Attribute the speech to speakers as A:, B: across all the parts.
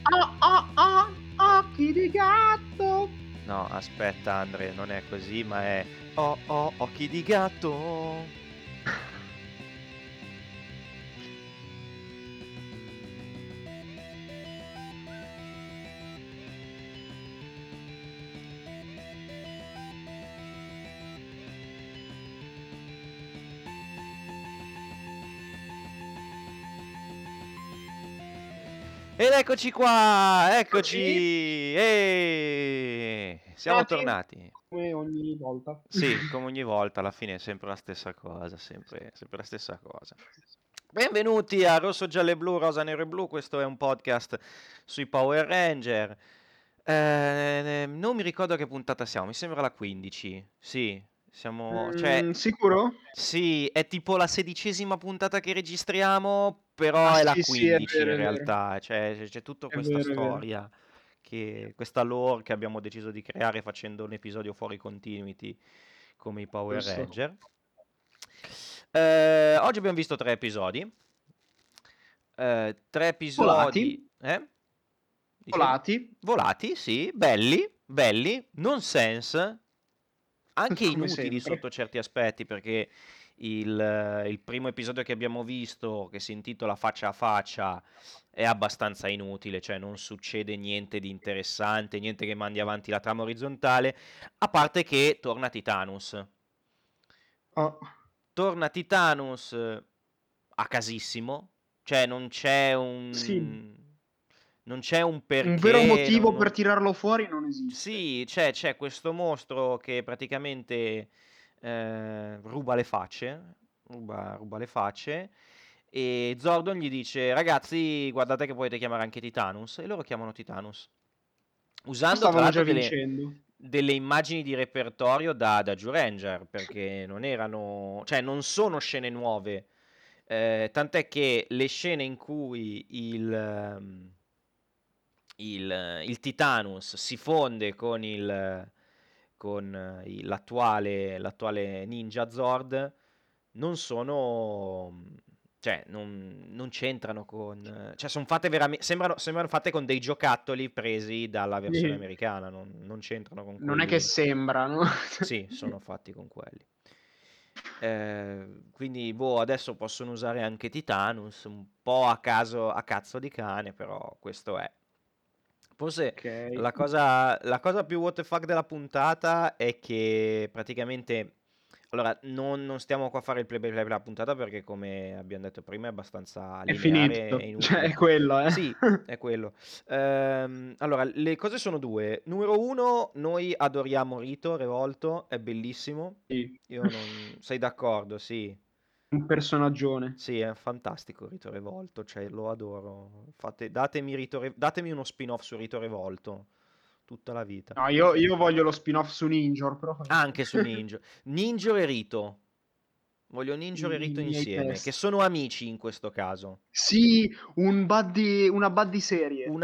A: Occhi di gatto.
B: No, aspetta Andre, non è così, ma è occhi di gatto. Ed eccoci qua, eccoci. Siamo tornati.
A: Come ogni volta.
B: Sì, come ogni volta, alla fine è sempre la stessa cosa, sempre la stessa cosa. Benvenuti a Rosso, Giallo e Blu, Rosa, Nero e Blu, questo è un podcast sui Power Ranger. Non mi ricordo a che puntata siamo, mi sembra la 15. Sì, siamo... cioè,
A: Sicuro?
B: sì, è tipo la 16ª puntata che registriamo,
A: Ah,
B: però è la
A: sì, sì, è
B: 15
A: vero,
B: in
A: è vero.
B: realtà, cioè c'è tutta
A: È
B: questa
A: vero, è vero.
B: storia, questa lore che abbiamo deciso di creare facendo un episodio fuori continuity come i Power
A: Giusto.
B: Ranger. Oggi abbiamo visto 3 episodi. 3 episodi...
A: Volati,
B: Dicevi?
A: volati,
B: Volati, sì, belli, belli, nonsense, anche
A: come
B: inutili
A: sempre.
B: sotto certi aspetti, perché il primo episodio che abbiamo visto, che si intitola Faccia a Faccia, è abbastanza inutile, cioè non succede niente di interessante, niente che mandi avanti la trama orizzontale, a parte che torna Titanus.
A: Oh,
B: Torna Titanus a casissimo, cioè
A: sì,
B: non c'è un
A: un vero
B: perché,
A: motivo per tirarlo fuori non esiste.
B: sì, c'è questo mostro che praticamente ruba le facce, ruba le facce, e Zordon gli dice, ragazzi, guardate che potete chiamare anche Titanus, e loro chiamano Titanus,
A: Ma
B: usando tra
A: stavano
B: l'altro
A: già vincendo.
B: delle immagini di repertorio da Ranger, perché non erano, cioè non sono scene nuove, tant'è che le scene in cui il Titanus si fonde con l'attuale Ninja Zord, non sono, cioè non c'entrano con, cioè sono fatte veramente, sembrano fatte con dei giocattoli presi dalla versione
A: Sì.
B: americana, non c'entrano con
A: Non è che
B: quelli.
A: sembrano.
B: Sì, sono fatti con quelli. Quindi, boh, adesso possono usare anche Titanus, un po' a caso, a cazzo di cane, però questo è. Forse
A: Ok.
B: la cosa più what the fuck della puntata è che praticamente. Allora, non stiamo qua a fare il play by play della puntata perché, come abbiamo detto prima, è abbastanza
A: È
B: lineare e
A: finito. Cioè, è
B: inutile.
A: quello, eh.
B: Sì, è quello. Allora, le cose sono due. Numero uno, noi adoriamo Rito Revolto, è bellissimo.
A: Sì.
B: Io non... Sei d'accordo? Sì.
A: Un personaggione.
B: Sì, è fantastico Rito Revolto, cioè lo adoro. Datemi uno spin-off su Rito Revolto, tutta la vita.
A: No, io voglio lo spin-off su Ninja, però
B: Anche su Ninja. Ninja e Rito. Voglio Ninja e
A: i
B: Rito
A: miei
B: insieme, che
A: test.
B: sono amici in questo caso.
A: Sì, una buddy serie.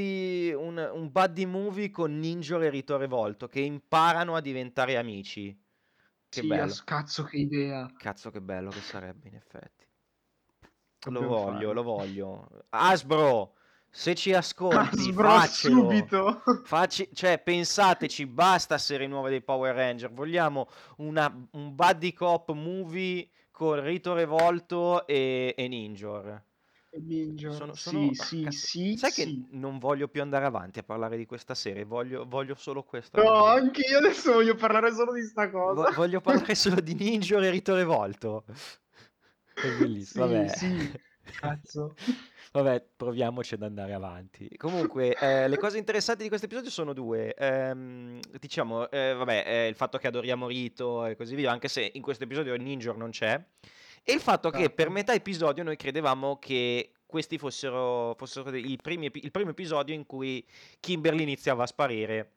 B: Un buddy movie con Ninja e Rito Revolto che imparano a diventare amici. Che
A: Sì, a
B: bello.
A: cazzo che idea.
B: Cazzo, che bello che sarebbe, in effetti. Lo
A: Dobbiamo
B: voglio, lo
A: farlo.
B: voglio. Hasbro, se ci ascolti,
A: Hasbro
B: faccelo.
A: subito.
B: Cioè, pensateci, basta serie nuove dei Power Ranger. Vogliamo un buddy cop movie con Rito Revolto e Ninjor.
A: Ninja.
B: Sono,
A: Sì, sì,
B: cazzo,
A: sì,
B: sai che
A: sì.
B: non voglio più andare avanti a parlare di questa serie, voglio solo questo nella
A: No,
B: vita.
A: anche io adesso voglio parlare solo di sta cosa.
B: Voglio parlare solo di Ninja e Rito Revolto. È bellissimo,
A: Sì,
B: vabbè.
A: sì. Cazzo.
B: Vabbè, proviamoci ad andare avanti. Comunque, le cose interessanti di questo episodio sono due. Diciamo, vabbè, il fatto che adoriamo Rito e così via, anche se in questo episodio Ninja non c'è. E il fatto che per
A: Esatto.
B: metà episodio noi credevamo che questi fossero il primo episodio in cui Kimberly iniziava a sparire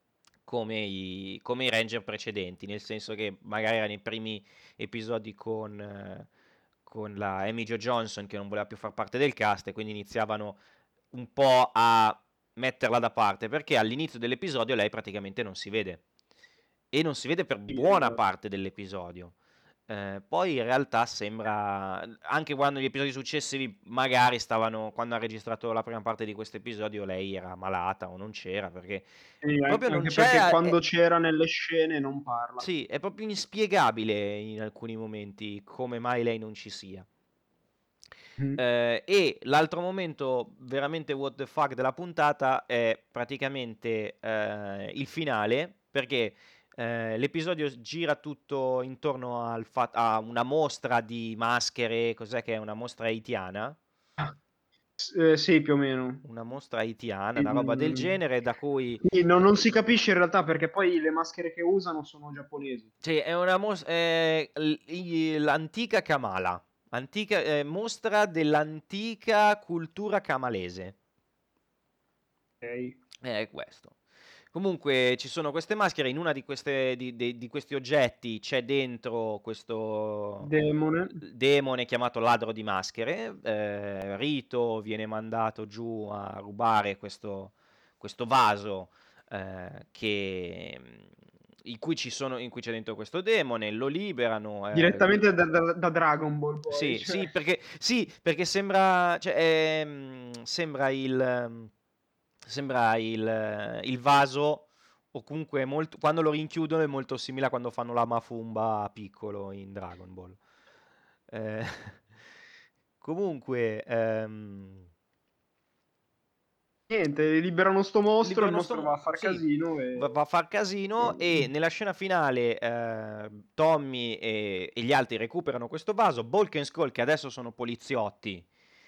B: come i Ranger precedenti, nel senso che magari erano i primi episodi con la Amy Jo Johnson che non voleva più far parte del cast e quindi iniziavano un po' a metterla da parte perché all'inizio dell'episodio lei praticamente non si vede e non si vede per
A: Sì, è
B: buona
A: vero.
B: parte dell'episodio. Poi in realtà sembra, anche quando gli episodi successivi magari stavano, quando ha registrato la prima parte di questo episodio, lei era malata o non c'era, perché
A: Sì,
B: proprio non
A: anche perché
B: c'è,
A: quando c'era nelle scene non parla.
B: sì, è proprio inspiegabile in alcuni momenti come mai lei non ci sia.
A: Mm.
B: E l'altro momento veramente what the fuck della puntata è praticamente il finale, perché l'episodio gira tutto intorno a una mostra di maschere, cos'è che è? Una mostra haitiana?
A: Sì, più o meno.
B: Una mostra haitiana, una roba del
A: Mm.
B: genere, da cui...
A: Sì, non si capisce in realtà perché poi le maschere che usano sono giapponesi.
B: Sì, è una l'antica Kamala, mostra dell'antica cultura kamalese.
A: Ok.
B: È questo. Comunque ci sono queste maschere, in una di, di questi oggetti c'è dentro questo
A: Demone.
B: demone chiamato ladro di maschere. Rito viene mandato giù a rubare questo vaso in cui c'è dentro questo demone, lo liberano.
A: Direttamente da Dragon Ball poi,
B: Sì,
A: cioè.
B: sì, perché sembra, cioè, sembra il vaso, o comunque quando lo rinchiudono è molto simile a quando fanno la Mafumba piccolo in Dragon Ball. Eh, comunque,
A: Niente, liberano sto mostro, il
B: liberano
A: mostro va a far
B: sì,
A: casino
B: va a far casino e nella scena finale Tommy e gli altri recuperano questo vaso. Bulk e Skull, che adesso sono poliziotti,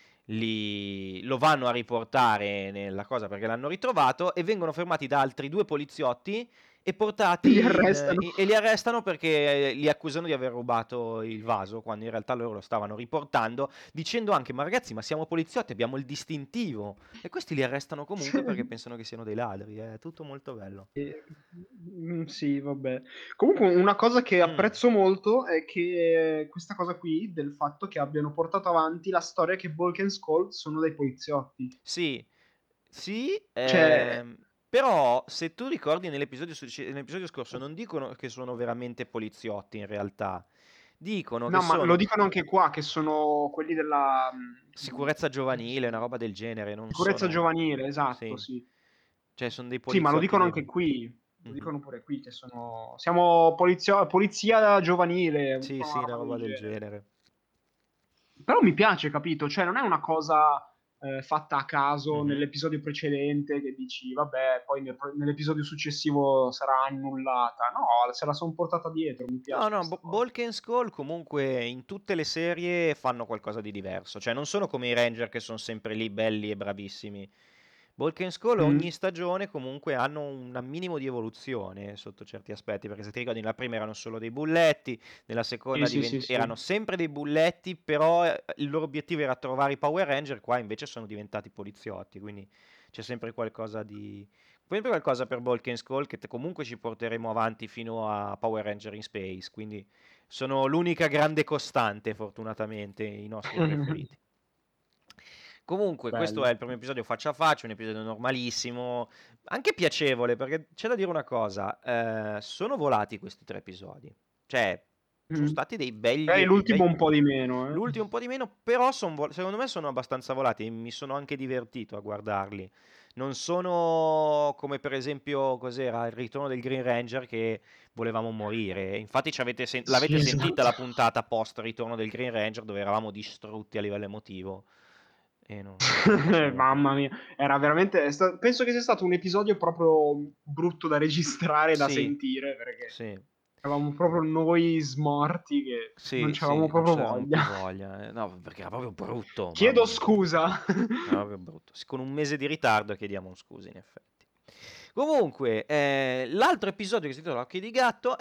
B: lo vanno a riportare nella cosa perché l'hanno ritrovato e vengono fermati da altri due poliziotti e
A: li
B: portati
A: arrestano.
B: e li arrestano perché li accusano di aver rubato il vaso quando in realtà loro lo stavano riportando, dicendo anche: ma ragazzi, ma siamo poliziotti, abbiamo il distintivo. E questi li arrestano comunque perché pensano che siano dei ladri. È tutto molto bello.
A: Sì, vabbè. Comunque una cosa che
B: Mm,
A: apprezzo molto è che questa cosa qui, del fatto che abbiano portato avanti la storia che Bulk e Skull sono dei poliziotti.
B: sì, sì,
A: Cioè,
B: però se tu ricordi nell'episodio scorso non dicono che sono veramente poliziotti in realtà, dicono che
A: no, ma lo
B: sono
A: dicono anche qua, che sono quelli della
B: sicurezza
A: come si
B: giovanile, una
A: chiama?
B: roba del genere, non
A: Sicurezza
B: sono...
A: giovanile, esatto,
B: Sì,
A: sì.
B: cioè sono dei
A: Sì, ma lo
B: poliziotti
A: dicono anche
B: veri.
A: qui. Lo
B: Mhm.
A: dicono pure qui che siamo polizia giovanile,
B: Sì,
A: tipo
B: sì,
A: una
B: una
A: roba
B: roba
A: del
B: del
A: genere.
B: genere.
A: Però mi piace, capito? Cioè, non è una cosa fatta a caso
B: Mhm.
A: nell'episodio precedente che dici, vabbè, poi nell'episodio successivo sarà annullata. No, se la sono portata dietro, mi
B: No,
A: piace
B: no,
A: questa cosa.
B: Bulk and Skull comunque in tutte le serie fanno qualcosa di diverso, cioè non sono come i Ranger che sono sempre lì belli e bravissimi. Bulk and Skull ogni
A: Mm.
B: stagione comunque hanno un minimo di evoluzione sotto certi aspetti, perché se ti ricordi nella prima erano solo dei bulletti, nella
A: Sì,
B: seconda
A: sì, sì,
B: erano
A: sì.
B: sempre dei bulletti, però il loro obiettivo era trovare i Power Ranger, qua invece sono diventati poliziotti, quindi c'è sempre qualcosa per Bulk and Skull che comunque ci porteremo avanti fino a Power Ranger in Space, quindi sono l'unica grande costante, fortunatamente, i nostri preferiti. Comunque, questo è
A: Bello.
B: il primo episodio faccia a faccia, un episodio normalissimo, anche piacevole, perché c'è da dire una cosa, sono volati questi tre episodi, cioè sono
A: Mm.
B: stati dei
A: L'ultimo
B: bei...
A: un po' di meno, eh.
B: L'ultimo un po' di meno, però secondo me sono abbastanza volati e mi sono anche divertito a guardarli. Non sono come per esempio, cos'era, il ritorno del Green Ranger che volevamo morire. Infatti
A: Sì,
B: l'avete sentita
A: esatto.
B: la puntata post ritorno del Green Ranger dove eravamo distrutti a livello emotivo e non mi piaceva.
A: Mamma mia, era veramente. Penso che sia stato un episodio proprio brutto da registrare e da
B: Sì,
A: sentire perché
B: sì,
A: eravamo proprio noi smorti che non
B: sì,
A: c'avevamo
B: sì, non
A: proprio
B: c'avevamo
A: voglia.
B: più voglia. No, perché era proprio brutto,
A: Chiedo
B: mamma mia.
A: scusa.
B: Era proprio brutto. Con un mese di ritardo chiediamo scusa, in effetti. Comunque, l'altro episodio che si intitola Occhi di Gatto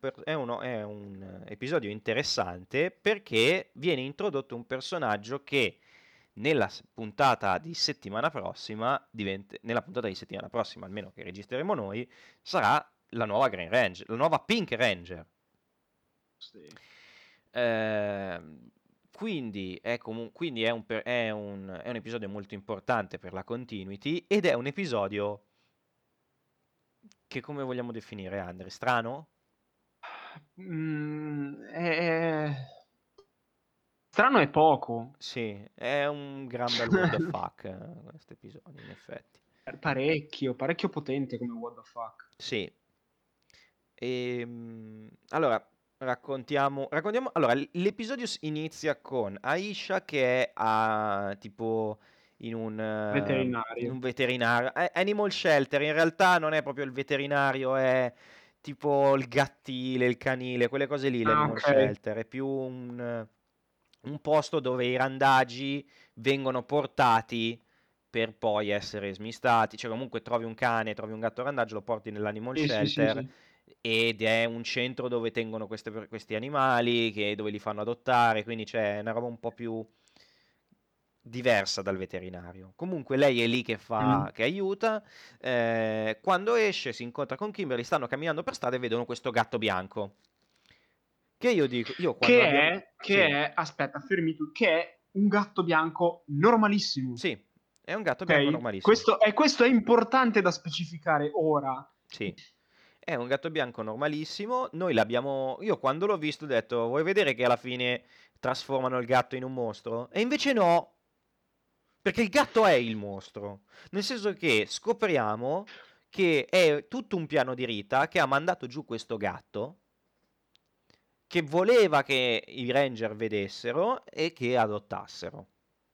B: è un episodio interessante perché viene introdotto un personaggio che puntata di settimana prossima, nella puntata di settimana prossima, almeno che registreremo noi, sarà la nuova Green Ranger, la nuova Pink Ranger.
A: Sì.
B: Quindi è un episodio molto importante per la continuity ed è un episodio che come vogliamo definire, Andre? Strano?
A: Strano è poco.
B: Sì, è un gran bel what the fuck questo episodio, in effetti.
A: Parecchio potente come what the fuck.
B: Sì. Allora, raccontiamo. Allora, l'episodio inizia con Aisha che è tipo in
A: Veterinario.
B: un veterinario, Animal Shelter. In realtà non è proprio il veterinario, è tipo il gattile, il canile, quelle cose lì.
A: Ah,
B: L'Animal
A: ok.
B: Shelter è più un posto dove i randagi vengono portati per poi essere smistati. Cioè, comunque trovi un cane, trovi un gatto randaggio, lo porti nell'animal
A: Sì, sì, sì,
B: shelter
A: sì.
B: ed è un centro dove tengono questi animali, dove li fanno adottare, quindi c'è una roba un po' più diversa dal veterinario. Comunque lei è lì
A: Mm.
B: che aiuta. Quando esce si incontra con Kimberly, stanno camminando per strada e vedono questo gatto bianco. Che io dico, io quando l'abbiamo...
A: Che
B: Sì,
A: è, aspetta, fermi tu, che è un gatto bianco normalissimo.
B: sì, è un gatto bianco
A: Ok?
B: normalissimo.
A: Questo è importante da specificare ora.
B: Sì, è un gatto bianco normalissimo. Noi l'abbiamo. Io quando l'ho visto ho detto: vuoi vedere che alla fine trasformano il gatto in un mostro? E invece no, perché il gatto è il mostro. Nel senso che scopriamo che è tutto un piano di Rita che ha mandato giù questo gatto che voleva che i Ranger vedessero e che adottassero.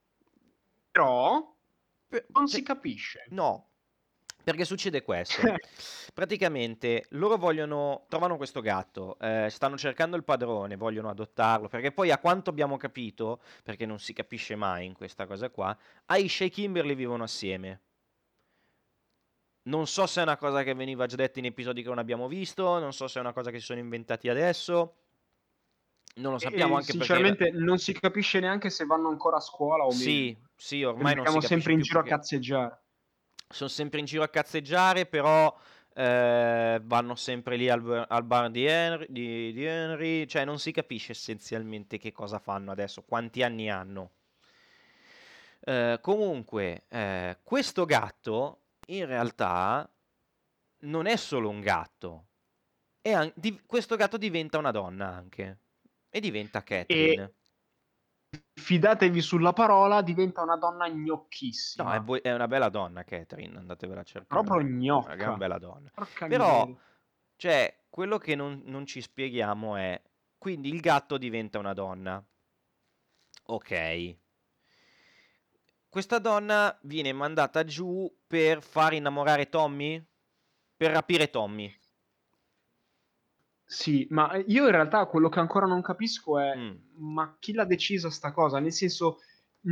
A: Però non si
B: Cioè,
A: capisce.
B: no, perché succede questo. Praticamente loro trovano questo gatto, stanno cercando il padrone, vogliono adottarlo, perché poi a quanto abbiamo capito, perché non si capisce mai in questa cosa qua, Aisha e Kimberly vivono assieme. Non so se è una cosa che veniva già detta in episodi che non abbiamo visto, non so se è una cosa che si sono inventati adesso, non lo sappiamo
A: E
B: anche perché...
A: sinceramente non si capisce neanche se vanno ancora a scuola o meno.
B: Sì, sì, ormai non si
A: Sembriamo
B: capisce
A: sempre in
B: più
A: giro a
B: perché
A: cazzeggiare.
B: sono sempre in giro a cazzeggiare, però vanno sempre lì al bar di Henry, cioè non si capisce essenzialmente che cosa fanno adesso, quanti anni hanno. Comunque, questo gatto in realtà non è solo un gatto, questo gatto diventa una donna anche, e diventa
A: E
B: Catherine.
A: fidatevi sulla parola, diventa una donna
B: No,
A: gnocchissima.
B: è una bella donna Catherine, andatevela a
A: Proprio
B: cercare. Una gran
A: gnocca.
B: bella donna.
A: Porca
B: Però,
A: miseria.
B: cioè, quello che non ci spieghiamo è, quindi il gatto diventa una donna. Ok. Questa donna viene mandata giù per far innamorare Tommy? Per rapire Tommy.
A: Sì, ma io in realtà quello che ancora non capisco è,
B: Mm.
A: ma chi l'ha decisa sta cosa? Nel senso,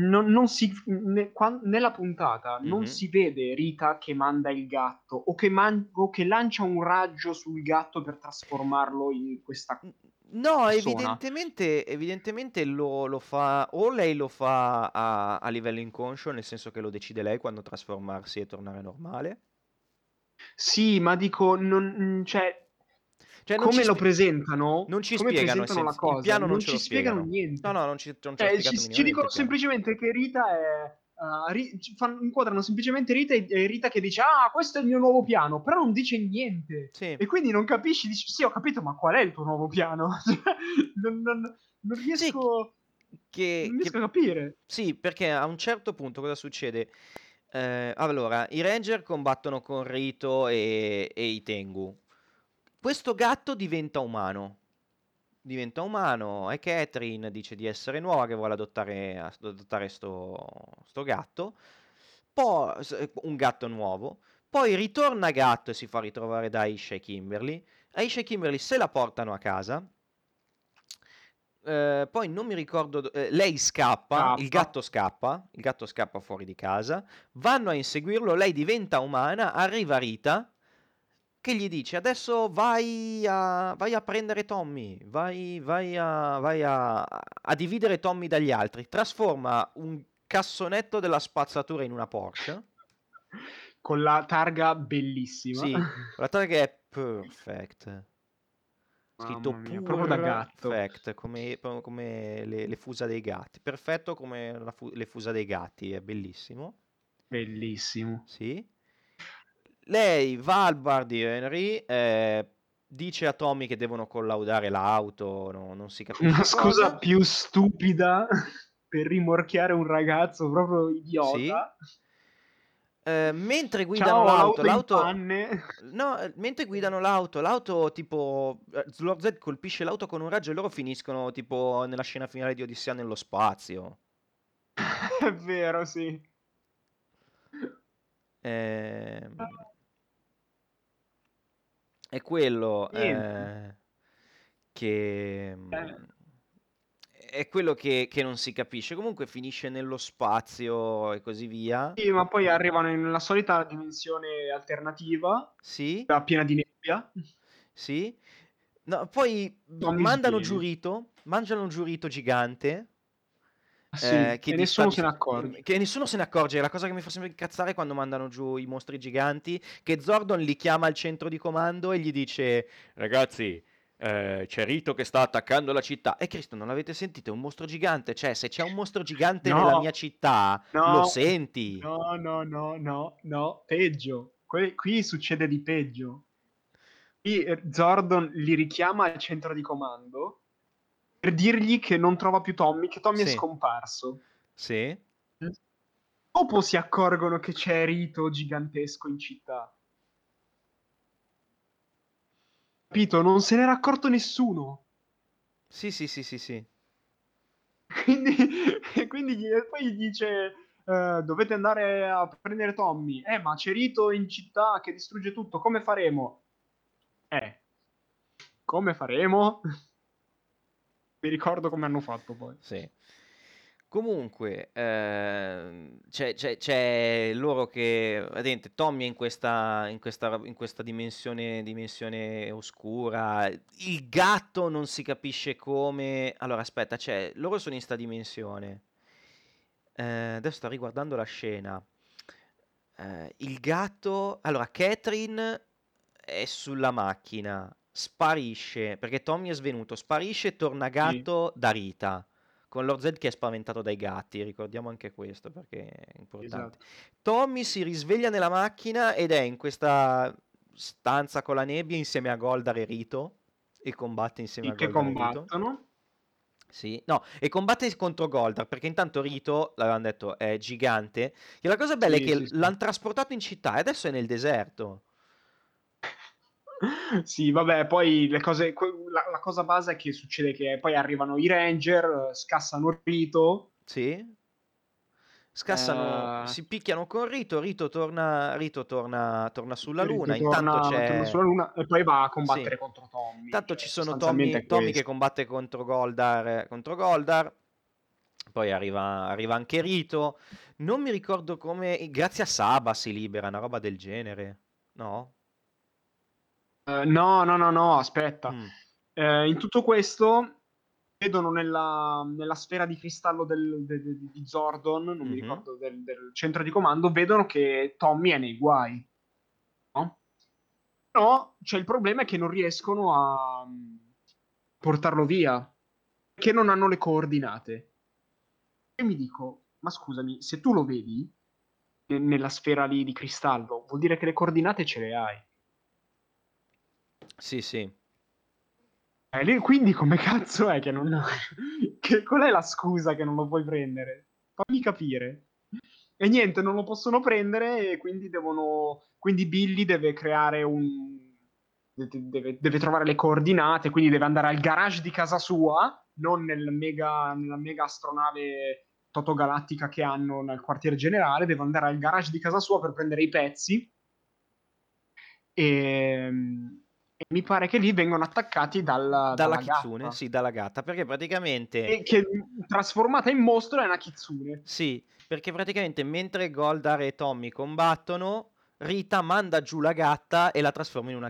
A: nella puntata non
B: Mhm.
A: si vede Rita che manda il gatto o che lancia un raggio sul gatto per trasformarlo in questa
B: No,
A: persona.
B: evidentemente lo fa, o lei lo fa a livello inconscio, nel senso che lo decide lei quando trasformarsi e tornare normale.
A: Sì, ma dico, cioè,
B: Cioè non ci
A: come
B: spiegano
A: presentano la
B: il
A: cosa,
B: piano non
A: non
B: ce
A: ci
B: lo
A: spiegano
B: spiegano. No,
A: niente.
B: no, non ce l'ha
A: Cioè,
B: spiegato
A: ci
B: minimamente
A: dicono
B: il piano.
A: semplicemente che Rita è... inquadrano semplicemente Rita e Rita che dice, ah, questo è il mio nuovo piano, però non dice niente.
B: Sì.
A: E quindi non capisci, dici, sì, ho capito, ma qual è il tuo nuovo piano? Cioè, non
B: Sì,
A: non
B: che
A: riesco a capire.
B: sì, perché a un certo punto cosa succede? Allora, i Ranger combattono con Rito e i Tengu. Questo gatto diventa umano. Diventa umano e Catherine dice di essere nuova, che vuole adottare sto gatto. Poi un gatto nuovo. Poi ritorna gatto e si fa ritrovare da Aisha e Kimberly. Aisha e Kimberly se la portano a casa. Poi non mi ricordo, lei scappa,
A: Scappa.
B: il gatto scappa fuori di casa, vanno a inseguirlo, lei diventa umana, arriva Rita che gli dice adesso vai a prendere Tommy, a dividere Tommy dagli altri, trasforma un cassonetto della spazzatura in una Porsche,
A: Con la targa bellissima.
B: sì, la targa è perfect. Scritto
A: Mamma mia, proprio da gatto.
B: perfect, come le fusa dei gatti. Perfetto come le fusa dei gatti, è bellissimo.
A: Bellissimo.
B: Sì. Lei va al bar di Henry, dice a Tommy che devono collaudare l'auto, non si
A: Una
B: capisce
A: scusa
B: cosa.
A: più stupida per rimorchiare un ragazzo proprio
B: Sì.
A: idiota.
B: Mentre guidano
A: Ciao, ho
B: l'auto,
A: l'auto in
B: l'auto...
A: panne.
B: No, mentre guidano l'auto tipo... Lord Z colpisce l'auto con un raggio e loro finiscono tipo nella scena finale di Odissea nello spazio.
A: È vero, sì.
B: Ehm, È quello
A: Niente.
B: che... È quello che non si capisce. Comunque finisce nello spazio e così via.
A: Sì, ma poi arrivano nella solita dimensione alternativa,
B: Sì,
A: piena di nebbia.
B: sì. No, poi
A: Tommy
B: mandano
A: svegli.
B: giurito, mangiano un giurito gigante
A: Ah, sì,
B: che,
A: e
B: di- sta
A: nessuno
B: di-
A: se ne accorge.
B: che nessuno se ne accorge. La cosa che mi fa sempre incazzare è quando mandano giù i mostri giganti, che Zordon li chiama al centro di comando e gli dice: Ragazzi, c'è Rito che sta attaccando la città. E Cristo, non l'avete sentito? È un mostro gigante. Cioè, se c'è un mostro gigante nella mia
A: No,
B: città, lo
A: no,
B: senti.
A: no, no, no, no, no, peggio. Qui succede di peggio. Qui Zordon li richiama al centro di comando per dirgli che non trova più Tommy, che Tommy è
B: Sì,
A: scomparso.
B: sì,
A: Dopo si accorgono che c'è Rito gigantesco in città. Capito? Non se n'era accorto nessuno.
B: sì, sì, sì, sì, sì.
A: Quindi, poi gli dice: Dovete andare a prendere Tommy. Ma c'è Rito in città che distrugge tutto. Come faremo? Eh, come faremo? Mi ricordo come hanno fatto poi.
B: Sì. Comunque, c'è loro che, vedete, Tommy è in questa dimensione oscura. Il gatto non si capisce come. Allora, aspetta, loro sono in sta dimensione. Adesso sto riguardando la scena. Il gatto. Allora, Catherine è sulla macchina, sparisce perché Tommy è svenuto, sparisce e torna
A: Sì,
B: gatto da Rita. Con Lord Z che è spaventato dai gatti, ricordiamo anche questo perché è importante.
A: esatto.
B: Tommy si risveglia nella macchina ed è in questa stanza con la nebbia insieme a Goldar e Rito e combatte insieme a
A: Sì, che
B: Goldar e Rito.
A: combattono.
B: Sì, no, e combatte contro Goldar perché intanto Rito, l'avevano detto, è gigante. E la cosa bella è
A: Sì,
B: che
A: sì, sì.
B: l'hanno trasportato in città e adesso è nel deserto.
A: Sì, vabbè, poi la cosa base è che succede che poi arrivano i Ranger, scassano Rito.
B: Sì? Scassano,
A: eh,
B: si picchiano con Rito, Rito torna sulla
A: Rito
B: Luna, intanto
A: torna
B: c'è...
A: sulla Luna e poi va a
B: Sì,
A: combattere contro Tommy.
B: intanto ci
A: Cioè,
B: sono
A: sostanzialmente è
B: Tommy che
A: questo.
B: combatte contro Goldar, poi arriva anche Rito, non mi ricordo come, grazie a Saba si libera, una roba del genere, no?
A: No, no, no, no, aspetta.
B: Mm,
A: In tutto questo vedono nella sfera di cristallo di Zordon, non mi
B: mhm.
A: ricordo del centro di comando, vedono che Tommy è nei guai, no? Però c'è il problema è che non riescono a portarlo via, perché non hanno le coordinate. E mi dico, ma scusami, se tu lo vedi nella sfera lì di cristallo, vuol dire che le coordinate ce le hai.
B: Sì, sì.
A: Quindi come cazzo è che non... qual è la scusa che non lo puoi prendere? Fammi capire. E niente, non lo possono prendere e quindi quindi Billy deve creare deve trovare le coordinate, quindi deve andare al garage di casa sua, non nella mega astronave totogalattica che hanno nel quartier generale, deve andare al garage di casa sua per prendere i pezzi e, e mi pare che lì vengono attaccati
B: Dalla
A: dalla
B: Kitsune,
A: gatta,
B: sì, dalla gatta, perché praticamente...
A: e che trasformata in mostro è una kitsune.
B: Sì, perché praticamente mentre Goldar e Tommy combattono, Rita manda giù la gatta e la trasforma in una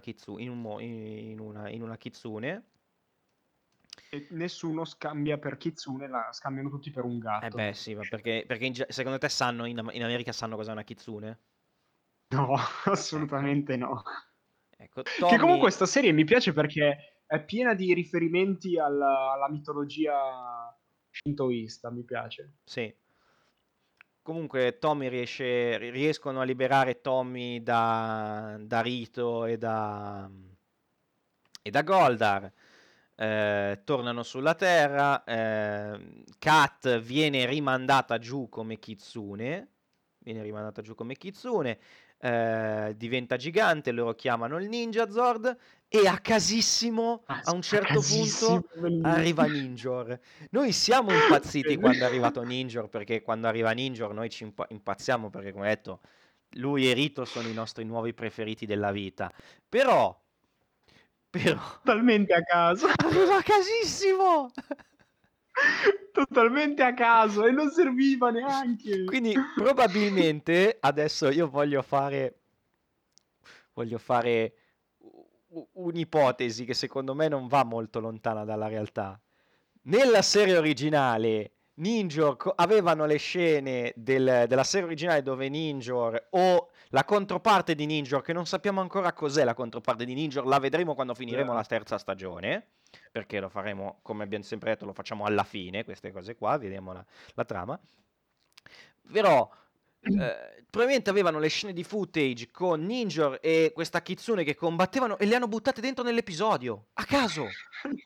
B: kitsune.
A: E nessuno scambia per kitsune, la scambiano tutti per un
B: Eh
A: gatto
B: beh,
A: nel
B: sì, ma
A: frattempo.
B: perché secondo te sanno, in America sanno cos'è una kitsune?
A: No,
B: Ecco,
A: assolutamente no.
B: ecco,
A: Che comunque
B: Tommy,
A: questa serie mi piace perché è piena di riferimenti alla mitologia shintoista, mi piace.
B: sì. Comunque Tommy riescono a liberare Tommy da Rito e da Goldar tornano sulla Terra. Kat viene rimandata giù come Kitsune. Diventa gigante, loro chiamano il Ninja Zord e a casissimo a un
A: A
B: certo
A: casissimo,
B: punto arriva
A: bellissimo.
B: Ninjor. Noi siamo impazziti quando è
A: Bellissimo.
B: arrivato Ninjor, perché quando arriva Ninjor noi ci impazziamo, perché come detto lui e Rito sono i nostri nuovi preferiti della vita. Però però
A: Totalmente a caso.
B: arriva a casissimo!
A: Totalmente a caso e non serviva neanche.
B: Quindi probabilmente adesso io voglio fare un'ipotesi che secondo me non va molto lontana dalla realtà. Nella serie originale Ninjor avevano le scene della serie originale dove Ninjor o la controparte di Ninjor, che non sappiamo ancora cos'è la controparte di Ninjor, la vedremo quando finiremo la terza stagione, perché lo faremo, come abbiamo sempre detto, lo facciamo alla fine, queste cose qua, vediamo la trama. Però probabilmente avevano le scene di footage con Ninjor e questa Kitsune che combattevano e le hanno buttate dentro nell'episodio, a caso.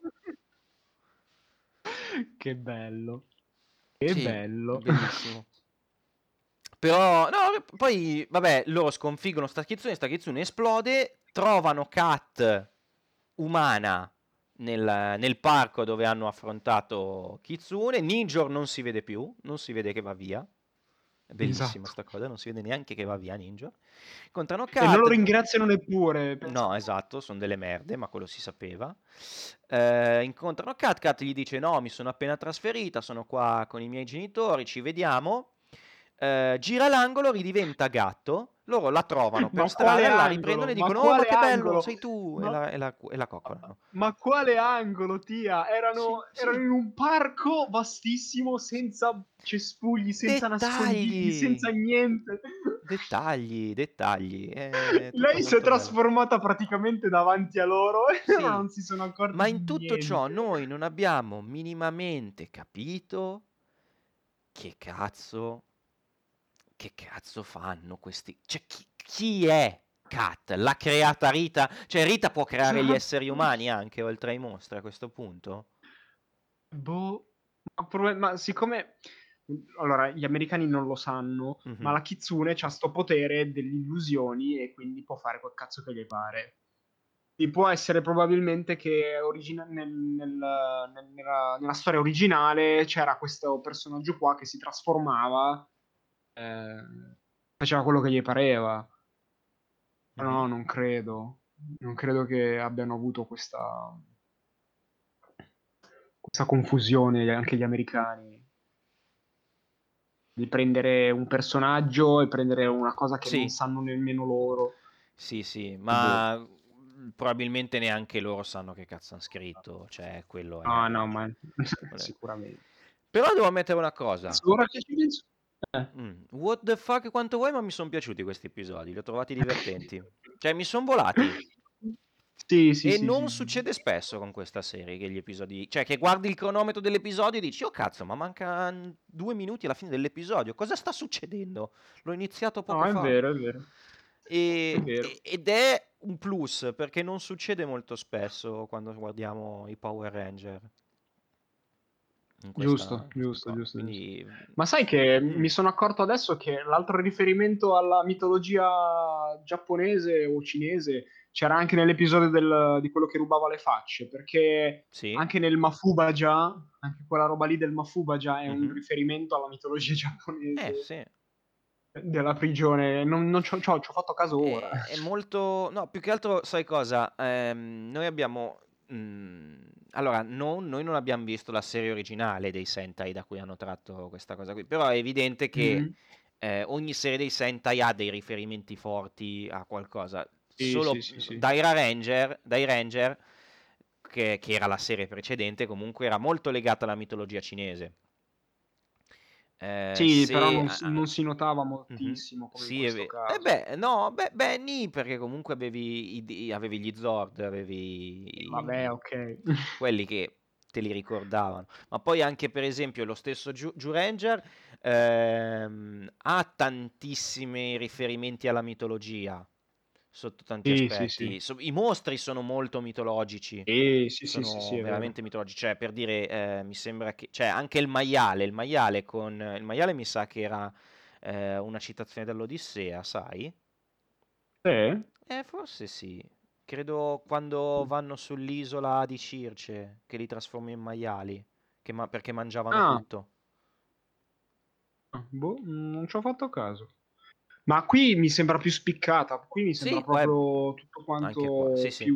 A: Che bello. Che
B: Sì,
A: bello.
B: bellissimo. Però, no, poi, vabbè, loro sconfiggono sta Kitsune esplode, trovano Kat umana nel parco dove hanno affrontato Kitsune. Ninjor non si vede più, non si vede che va via. È bellissima
A: Esatto.
B: sta cosa, non si vede neanche che va via Ninjor. Incontrano
A: E non lo
B: Kat.
A: ringraziano neppure, pensa
B: No,
A: tu.
B: esatto, sono delle merde, ma quello si sapeva. Incontrano Kat, Kat gli dice no, mi sono appena trasferita, sono qua con i miei genitori, ci vediamo. Gira l'angolo, ridiventa gatto, loro la trovano per
A: Ma quale
B: strada, la riprendono
A: angolo?
B: e
A: Ma
B: dicono oh ma
A: quale
B: che bello,
A: angolo?
B: sei tu,
A: Ma
B: e la coccolano.
A: ma quale angolo, Tia?
B: Sì,
A: Erano
B: sì,
A: in un parco vastissimo,
B: sì.
A: senza cespugli, senza nascondigli, senza
B: Dettagli,
A: niente.
B: dettagli, è tutto
A: Lei si è
B: molto bello.
A: trasformata praticamente davanti a loro e loro
B: Sì,
A: non si sono accorti
B: ma
A: di
B: in tutto ciò
A: niente.
B: noi non abbiamo minimamente capito che cazzo, che cazzo fanno questi... Cioè, chi è Kat? L'ha creata Rita? Cioè, Rita può creare gli esseri
A: Esatto.
B: umani anche oltre ai mostri a questo punto?
A: Boh, ma siccome allora gli americani non lo sanno, ma
B: Mhm.
A: la Kitsune c'ha sto potere delle illusioni e quindi può fare quel cazzo che gli pare. E può essere probabilmente che nella storia originale c'era questo personaggio qua che si trasformava, eh, faceva quello che gli pareva.
B: Mhm.
A: No, non credo. Non credo che abbiano avuto questa confusione anche gli americani di prendere un personaggio e prendere una cosa che non
B: Sì,
A: sanno nemmeno loro.
B: sì, sì,
A: Boh.
B: ma probabilmente neanche loro sanno che cazzo hanno scritto, cioè quello
A: No,
B: è...
A: no, ma
B: quello è-
A: sicuramente.
B: Però devo ammettere una cosa.
A: Adesso ora che ci penso...
B: What the fuck quanto vuoi, ma mi sono piaciuti questi episodi, li ho trovati divertenti. Cioè, mi sono volati.
A: Sì, sì,
B: E
A: sì,
B: non
A: sì.
B: succede spesso con questa serie che gli episodi... Cioè, che guardi il cronometro dell'episodio e dici, oh cazzo, ma mancano 2 minuti alla fine dell'episodio. Cosa sta succedendo? L'ho iniziato
A: No,
B: poco fa.
A: è vero, è
B: E-
A: vero.
B: ed è un plus, perché non succede molto spesso quando guardiamo i Power Ranger
A: Giusto,
B: in questi
A: giusto,
B: qua.
A: giusto, giusto.
B: Quindi...
A: Ma sai che
B: mm,
A: mi sono accorto adesso che l'altro riferimento alla mitologia giapponese o cinese c'era anche nell'episodio di quello che rubava le facce, perché
B: sì?
A: anche nel Mafubaja, anche quella roba lì del Mafubaja è un
B: Mhm.
A: riferimento alla mitologia giapponese
B: Sì.
A: della prigione. Non ci ho fatto caso ora.
B: È molto... No, più che altro, sai cosa? Noi abbiamo... allora, noi non abbiamo visto la serie originale dei Sentai da cui hanno tratto questa cosa qui, però è evidente che
A: Mm.
B: ogni serie dei Sentai ha dei riferimenti forti a qualcosa.
A: Sì, sì,
B: Solo
A: sì, sì.
B: Dai Ranger, che era la serie precedente, comunque era molto legata alla mitologia cinese.
A: Sì, però
B: Se...
A: non si notava
B: Mh-mh.
A: moltissimo come in
B: Sì,
A: questo
B: eh
A: caso.
B: beh, no, beh nì, perché comunque avevi gli Zord,
A: Vabbè,
B: avevi
A: ok.
B: quelli che te li ricordavano. Ma poi anche per esempio lo stesso Ranger, ha tantissimi riferimenti alla mitologia. sotto tanti
A: Sì, sì, sì.
B: aspetti. I mostri sono molto mitologici.
A: Sì, sì, sì, sì, sì,
B: Sono
A: è vero.
B: veramente mitologici. Cioè, per dire, mi sembra che. Cioè, anche il maiale mi sa che era una citazione dell'Odissea, sai?
A: Sì?
B: Forse sì. Credo quando vanno sull'isola di Circe, che li trasforma in maiali, perché mangiavano
A: Ah,
B: tutto.
A: boh, non ci ho fatto caso. Ma qui mi sembra più spiccata, qui mi sembra
B: Sì, qua
A: proprio tutto
B: anche qua. Sì,
A: quanto
B: sì.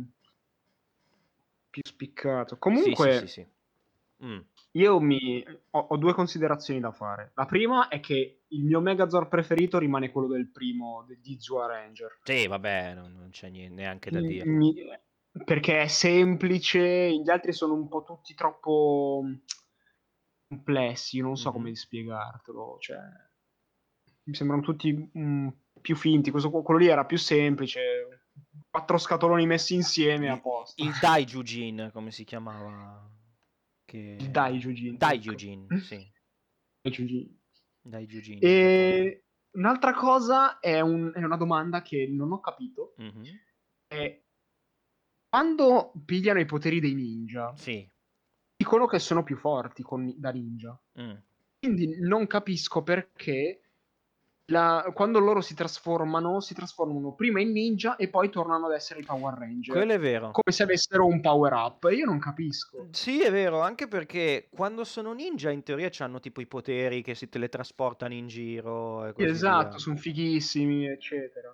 A: più spiccato.
B: Sì, sì, sì,
A: Comunque,
B: sì. Mm.
A: ho due considerazioni da fare. La prima è che il mio Megazord preferito rimane quello del primo, di Zua Ranger.
B: Sì, vabbè, non c'è neanche da dire.
A: Mi- Perché è semplice, gli altri sono un po' tutti troppo complessi, non so
B: Mhm.
A: come spiegartelo, cioè mi sembrano tutti più finti, quello lì era più semplice, quattro scatoloni messi insieme a
B: Il,
A: posto.
B: il Daijujin, come si chiamava?
A: Il
B: Che.
A: Daijujin, ecco.
B: Daijujin, sì.
A: Daijujin.
B: Daijujin in Giappone.
A: E un'altra cosa è una domanda che non ho capito,
B: Mhm.
A: è quando pigliano i poteri dei ninja,
B: Sì.
A: dicono che sono più forti da ninja.
B: Mm.
A: Quindi non capisco perché quando loro si trasformano prima in ninja e poi tornano ad essere i Power
B: Quello
A: Ranger,
B: è vero.
A: come se avessero un power up. E io non capisco.
B: Sì, è vero, anche perché quando sono ninja in teoria hanno tipo i poteri che si teletrasportano in giro e
A: Sì,
B: così via.
A: esatto, sono fighissimi, eccetera.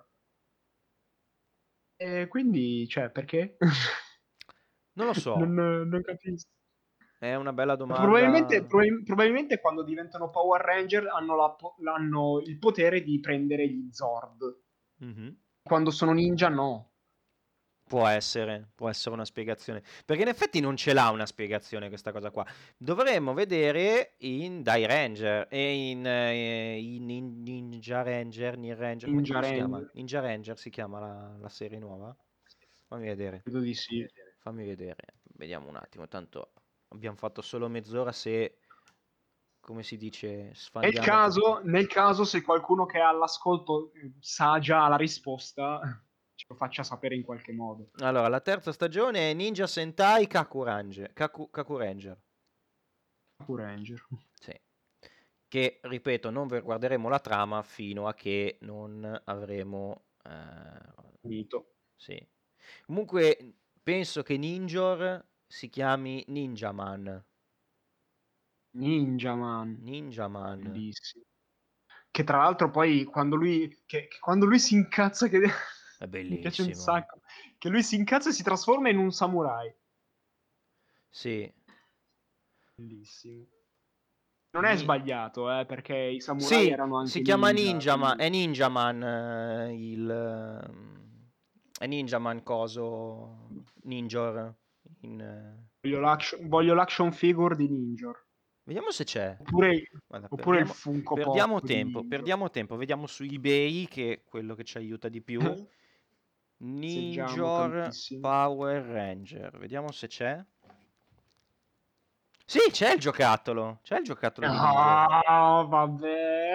A: E quindi, cioè, perché?
B: Non lo
A: Non,
B: so,
A: non capisco.
B: è una bella
A: Probabilmente,
B: domanda.
A: probabilmente quando diventano Power Ranger hanno il potere di prendere gli Zord.
B: Mhm.
A: Quando sono ninja, no.
B: Può essere una spiegazione. Perché in effetti non ce l'ha una spiegazione questa cosa qua. Dovremmo vedere in Die Ranger e in Ninja Ranger, Nin Ranger,
A: Ninja
B: come si chiama?
A: Ranger.
B: Ninja Ranger si chiama la serie nuova? Fammi vedere.
A: Credo di sì.
B: Fammi vedere. Vediamo un attimo. Tanto abbiamo fatto solo mezz'ora se, come si dice, sfandiamo troppo.
A: Nel caso, se qualcuno che è all'ascolto sa già la risposta, ce lo faccia sapere in qualche modo.
B: Allora, la terza stagione è Ninja Sentai Kaku Ranger.
A: Power Ranger.
B: Sì. Che, ripeto, non guarderemo la trama fino a che non avremo.
A: Finito.
B: Sì. Comunque, penso che Ninjor si chiami Ninjaman.
A: Ninja Man.
B: Ninjaman.
A: Bellissimo. Che tra l'altro poi che quando lui si incazza, che
B: È
A: mi piace un
B: bellissimo.
A: sacco, che lui si incazza e si trasforma in un samurai.
B: Sì.
A: Bellissimo. Non è
B: Ni-
A: sbagliato, perché i samurai
B: Sì,
A: erano
B: si
A: anche
B: chiama
A: ninja,
B: Ninjaman.
A: quindi
B: È Ninjaman è Ninjaman coso. Ninjor. In,
A: voglio l'action figure di Ninja.
B: Vediamo se c'è.
A: Oppure,
B: Guarda,
A: oppure il Funko Pop di Ninja.
B: perdiamo tempo, vediamo su eBay che è quello che ci aiuta di più.
A: Seggiamo
B: Ninjor
A: tantissimo.
B: Power Ranger, vediamo se c'è. Sì, c'è il giocattolo di Ninjor.
A: No, vabbè.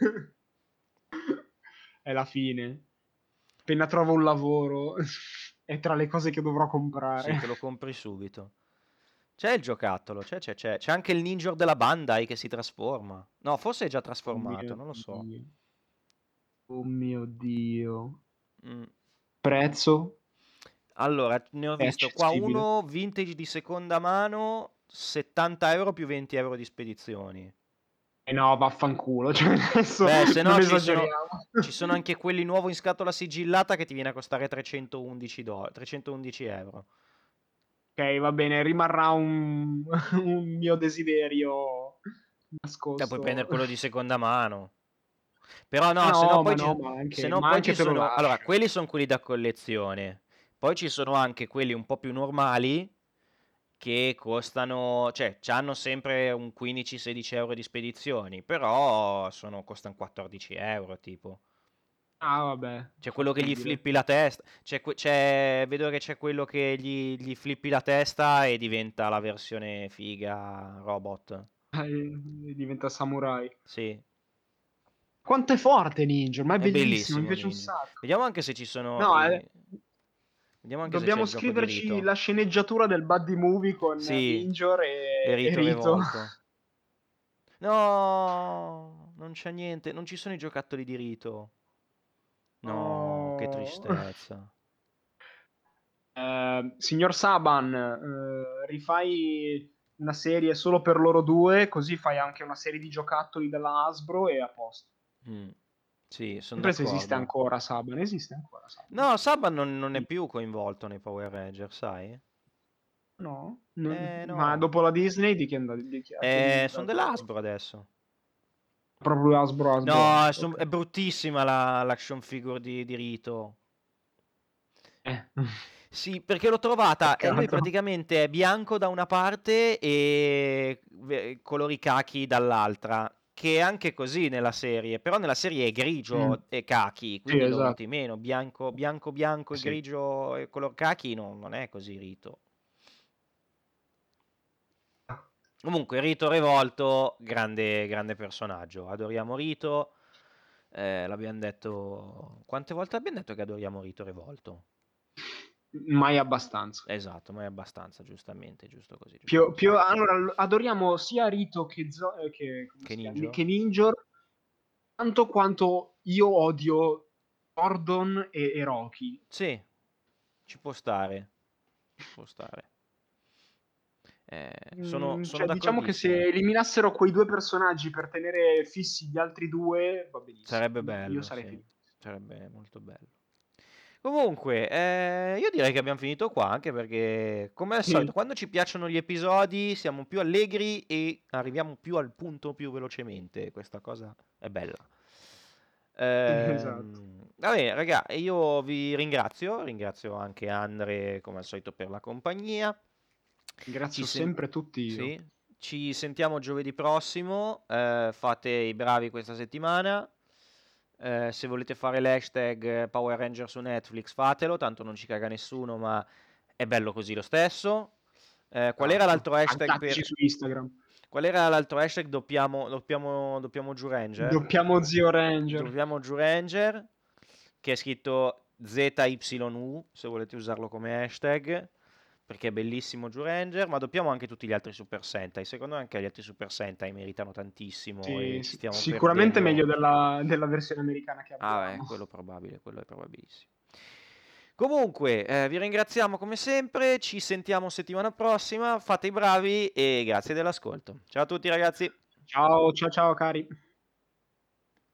A: È la fine. Appena trovo un lavoro, è tra le cose che dovrò
B: Sì,
A: comprare.
B: te lo compri subito. C'è il giocattolo, c'è. C'è anche il Ninjor della Bandai che si trasforma. No, forse è già
A: Oh mio
B: trasformato, non lo so.
A: Dio. Oh mio Dio.
B: Mm.
A: Prezzo?
B: Allora, ne ho
A: È
B: visto qua
A: accessibile?
B: uno vintage di seconda mano, 70 euro più 20 euro di spedizioni.
A: Eh no, vaffanculo. Cioè, adesso
B: Beh, se
A: non
B: no
A: esageriamo.
B: ci sono anche quelli nuovo in scatola sigillata che ti viene a costare 311 311 euro.
A: Ok, va bene, rimarrà un mio desiderio
B: Cioè, puoi prendere
A: nascosto.
B: quello di seconda mano. Però
A: Ah
B: no,
A: no, ma no,
B: se no
A: ma
B: poi ci
A: anche te lo
B: sono. Allora,
A: lascio.
B: quelli sono quelli da collezione. Poi ci sono anche quelli un po' più normali che costano, cioè, hanno sempre un 15-16 euro di spedizioni, però costano 14 euro, tipo.
A: Ah, vabbè,
B: C'è quello che gli
A: fattibile.
B: flippi la testa. Vedo che c'è quello che gli flippi la testa e diventa la versione figa robot.
A: Diventa samurai.
B: Sì.
A: Quanto è forte Ninja, ma è
B: È
A: bellissimo, mi
B: bellissimo
A: piace un
B: Ninja.
A: sacco.
B: Vediamo anche se ci sono
A: No,
B: Vediamo anche se c'è
A: dobbiamo
B: il gioco di
A: scriverci
B: Rito.
A: la sceneggiatura del buddy movie con
B: Sì,
A: Ninja
B: e
A: e
B: Rito
A: Rito.
B: Revolto. No, non c'è niente, non ci sono i giocattoli di Rito. No, che
A: Oh.
B: tristezza.
A: Signor Saban, rifai una serie solo per loro due, così fai anche una serie di giocattoli della Hasbro e a posto.
B: Mm, sì, sono
A: Sempre se esiste
B: d'accordo.
A: ancora Saban, esiste ancora Saban?
B: No, Saban non è
A: Sì.
B: più coinvolto nei Power Ranger, sai?
A: No? Ma
B: No.
A: dopo la Disney di chi è andato? A chi è
B: Sono
A: diventato?
B: dell'Hasbro adesso.
A: Proprio Hasbro, Hasbro,
B: No,
A: Hasbro,
B: è
A: ok.
B: bruttissima l'action figure di Rito.
A: Eh.
B: Sì, perché l'ho trovata e lui
A: Peccato.
B: praticamente è bianco da una parte e colori cachi dall'altra, che è anche così nella serie, però nella serie è
A: Mm.
B: grigio e cachi,
A: Sì,
B: quindi lo
A: esatto.
B: noti meno. Bianco, bianco, bianco e
A: Sì.
B: grigio e color cachi non è così Rito. Comunque, Rito Revolto, grande, grande personaggio. Adoriamo Rito. L'abbiamo detto. Quante volte abbiamo detto che adoriamo Rito Revolto?
A: Mai abbastanza.
B: Esatto, ma è abbastanza, giustamente, giusto così, giusto così.
A: Allora, adoriamo sia Rito come
B: Che
A: si chiama?
B: Ninja?
A: Che Ninjor, tanto quanto io odio Gordon e Rocky.
B: Sì, ci può stare, ci può stare. Sono
A: Cioè, diciamo che se
B: d'accordissimo.
A: eliminassero quei due personaggi per tenere fissi gli altri due, va benissimo.
B: Sarebbe
A: Io
B: bello,
A: sarei
B: sì,
A: felice.
B: sarebbe molto bello. Comunque, io direi che abbiamo finito qua, anche perché, come al solito,
A: Sì,
B: quando ci piacciono gli episodi siamo più allegri e arriviamo più al punto più velocemente. Questa cosa è bella.
A: esatto.
B: Vabbè, raga, io vi ringrazio anche Andre, come al solito, per la compagnia. Ci,
A: Ringrazio
B: sen-
A: sempre tutti io.
B: sì, ci sentiamo giovedì prossimo. Fate i bravi questa settimana. Se volete fare l'hashtag Power Ranger su Netflix, fatelo, tanto non ci caga nessuno, ma è bello così lo stesso. Qual era
A: Esatto.
B: l'altro hashtag
A: Taggateci
B: per...
A: su Instagram.
B: Qual era l'altro hashtag? Doppiamo Giù Ranger?
A: Doppiamo Zio Ranger.
B: Doppiamo Giù Ranger, che è scritto ZYU, se volete usarlo come hashtag, perché è bellissimo Giù Ranger, ma doppiamo anche tutti gli altri Super Sentai. Secondo me anche gli altri Super Sentai meritano tantissimo e
A: Sì,
B: ci
A: sì.
B: stiamo
A: Sicuramente
B: perdendo.
A: meglio della versione americana che
B: Ah,
A: abbiamo.
B: quello probabile, quello è probabilissimo. Comunque, vi ringraziamo come sempre, ci sentiamo settimana prossima, fate i bravi e grazie dell'ascolto. Ciao a tutti ragazzi.
A: Ciao, ciao, ciao, cari.